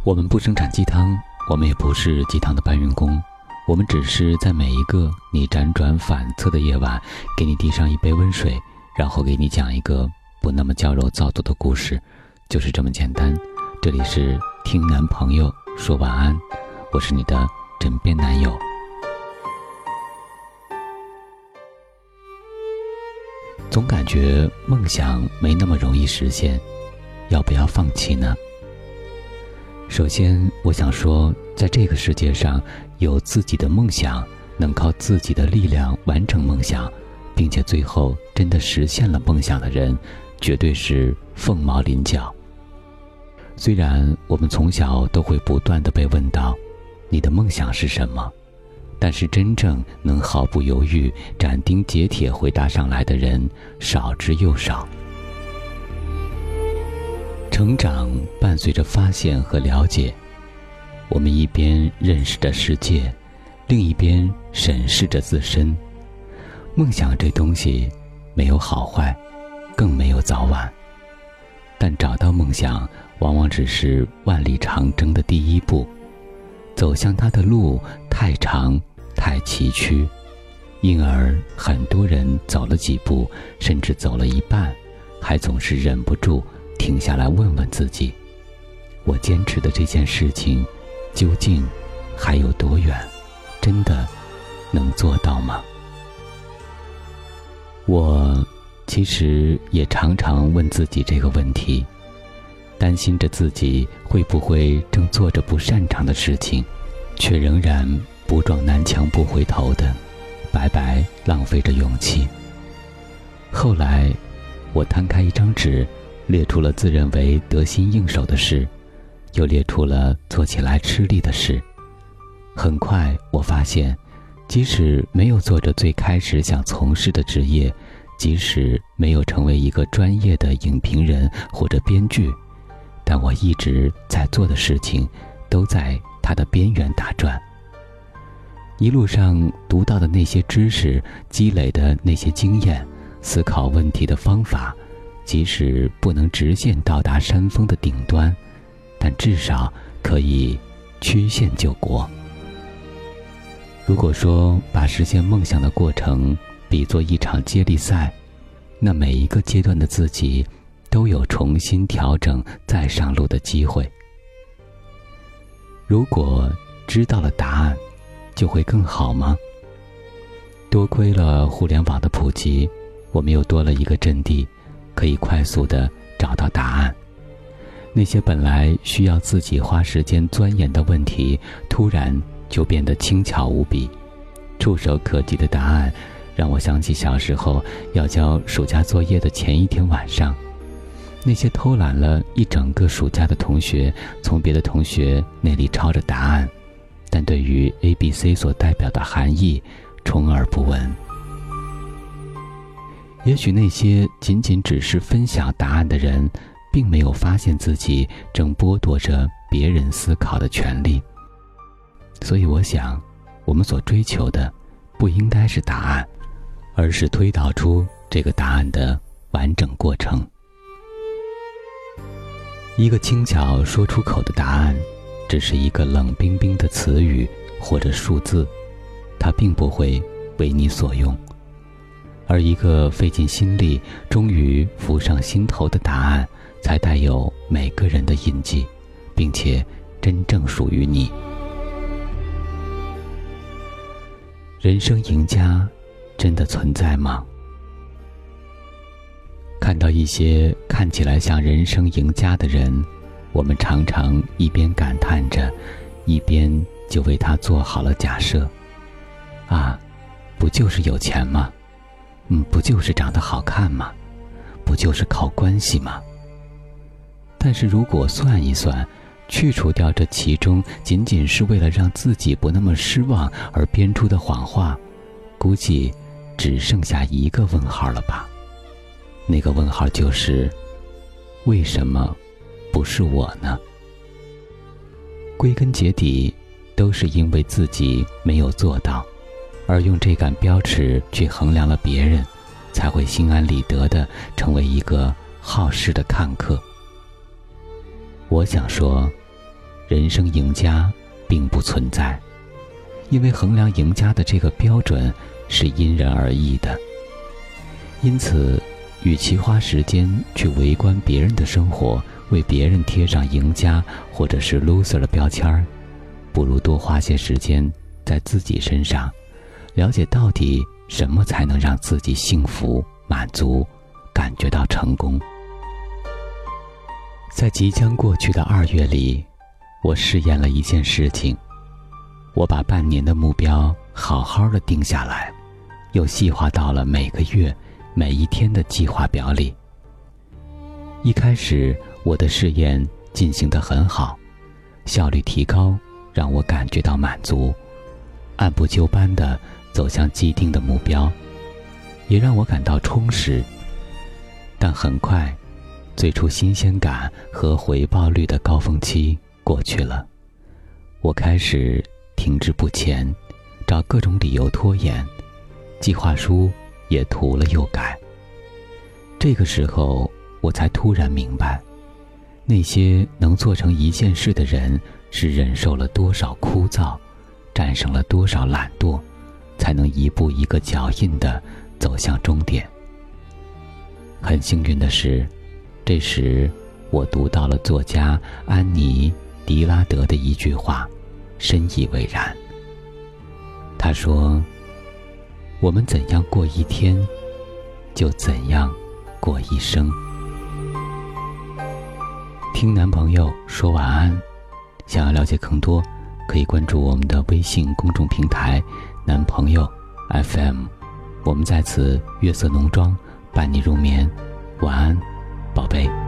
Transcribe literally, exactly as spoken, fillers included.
我们不生产鸡汤，我们也不是鸡汤的搬运工，我们只是在每一个你辗转反侧的夜晚，给你递上一杯温水，然后给你讲一个不那么矫揉造作的故事，就是这么简单。这里是听男朋友说晚安，我是你的枕边男友。总感觉梦想没那么容易实现，要不要放弃呢？首先我想说，在这个世界上，有自己的梦想，能靠自己的力量完成梦想，并且最后真的实现了梦想的人，绝对是凤毛麟角。虽然我们从小都会不断地被问到你的梦想是什么，但是真正能毫不犹豫斩钉截铁回答上来的人少之又少。成长伴随着发现和了解，我们一边认识着世界，另一边审视着自身。梦想这东西没有好坏，更没有早晚，但找到梦想往往只是万里长征的第一步，走向它的路太长太崎岖，因而很多人走了几步，甚至走了一半，还总是忍不住停下来问问自己，我坚持的这件事情究竟还有多远？真的能做到吗？我其实也常常问自己这个问题，担心着自己会不会正做着不擅长的事情，却仍然不撞南墙不回头的白白浪费着勇气。后来我摊开一张纸，列出了自认为得心应手的事，又列出了做起来吃力的事。很快我发现，即使没有做着最开始想从事的职业，即使没有成为一个专业的影评人或者编剧，但我一直在做的事情都在它的边缘打转。一路上读到的那些知识，积累的那些经验，思考问题的方法，即使不能直线到达山峰的顶端，但至少可以曲线救国。如果说把实现梦想的过程比作一场接力赛，那每一个阶段的自己都有重新调整再上路的机会。如果知道了答案，就会更好吗？多亏了互联网的普及，我们又多了一个阵地，可以快速地找到答案。那些本来需要自己花时间钻研的问题，突然就变得轻巧无比，触手可及的答案让我想起小时候要交暑假作业的前一天晚上，那些偷懒了一整个暑假的同学从别的同学那里抄着答案，但对于 A B C 所代表的含义充耳不闻。也许那些仅仅只是分享答案的人，并没有发现自己正剥夺着别人思考的权利。所以我想，我们所追求的不应该是答案，而是推导出这个答案的完整过程。一个轻巧说出口的答案，只是一个冷冰冰的词语或者数字，它并不会为你所用。而一个费尽心力终于浮上心头的答案，才带有每个人的印记，并且真正属于你。人生赢家真的存在吗？看到一些看起来像人生赢家的人，我们常常一边感叹着，一边就为他做好了假设。啊，不就是有钱吗？嗯，不就是长得好看吗？不就是靠关系吗？但是如果算一算，去除掉这其中仅仅是为了让自己不那么失望而编出的谎话，估计只剩下一个问号了吧。那个问号就是，为什么不是我呢？归根结底，都是因为自己没有做到，而用这杆标尺去衡量了别人，才会心安理得地成为一个好事的看客。我想说， 人生赢家并不存在，因为衡量赢家的这个标准是因人而异的。因此，与其花时间去围观别人的生活，为别人贴上赢家或者是 loser 的标签儿，不如多花些时间在自己身上，了解到底什么才能让自己幸福、满足，感觉到成功。在即将过去的二月里，我试验了一件事情，我把半年的目标好好的定下来，又细化到了每个月、每一天的计划表里。一开始，我的试验进行得很好，效率提高，让我感觉到满足，按部就班地走向既定的目标，也让我感到充实。但很快，最初新鲜感和回报率的高峰期过去了，我开始停滞不前，找各种理由拖延，计划书也涂了又改。这个时候，我才突然明白，那些能做成一件事的人，是忍受了多少枯燥，战胜了多少懒惰，才能一步一个脚印地走向终点。很幸运的是，这时我读到了作家安妮·狄拉德的一句话，深以为然。他说，我们怎样过一天，就怎样过一生。听男朋友说晚安，想要了解更多，可以关注我们的微信公众平台男朋友 F M， 我们在此月色浓妆伴你入眠，晚安，宝贝。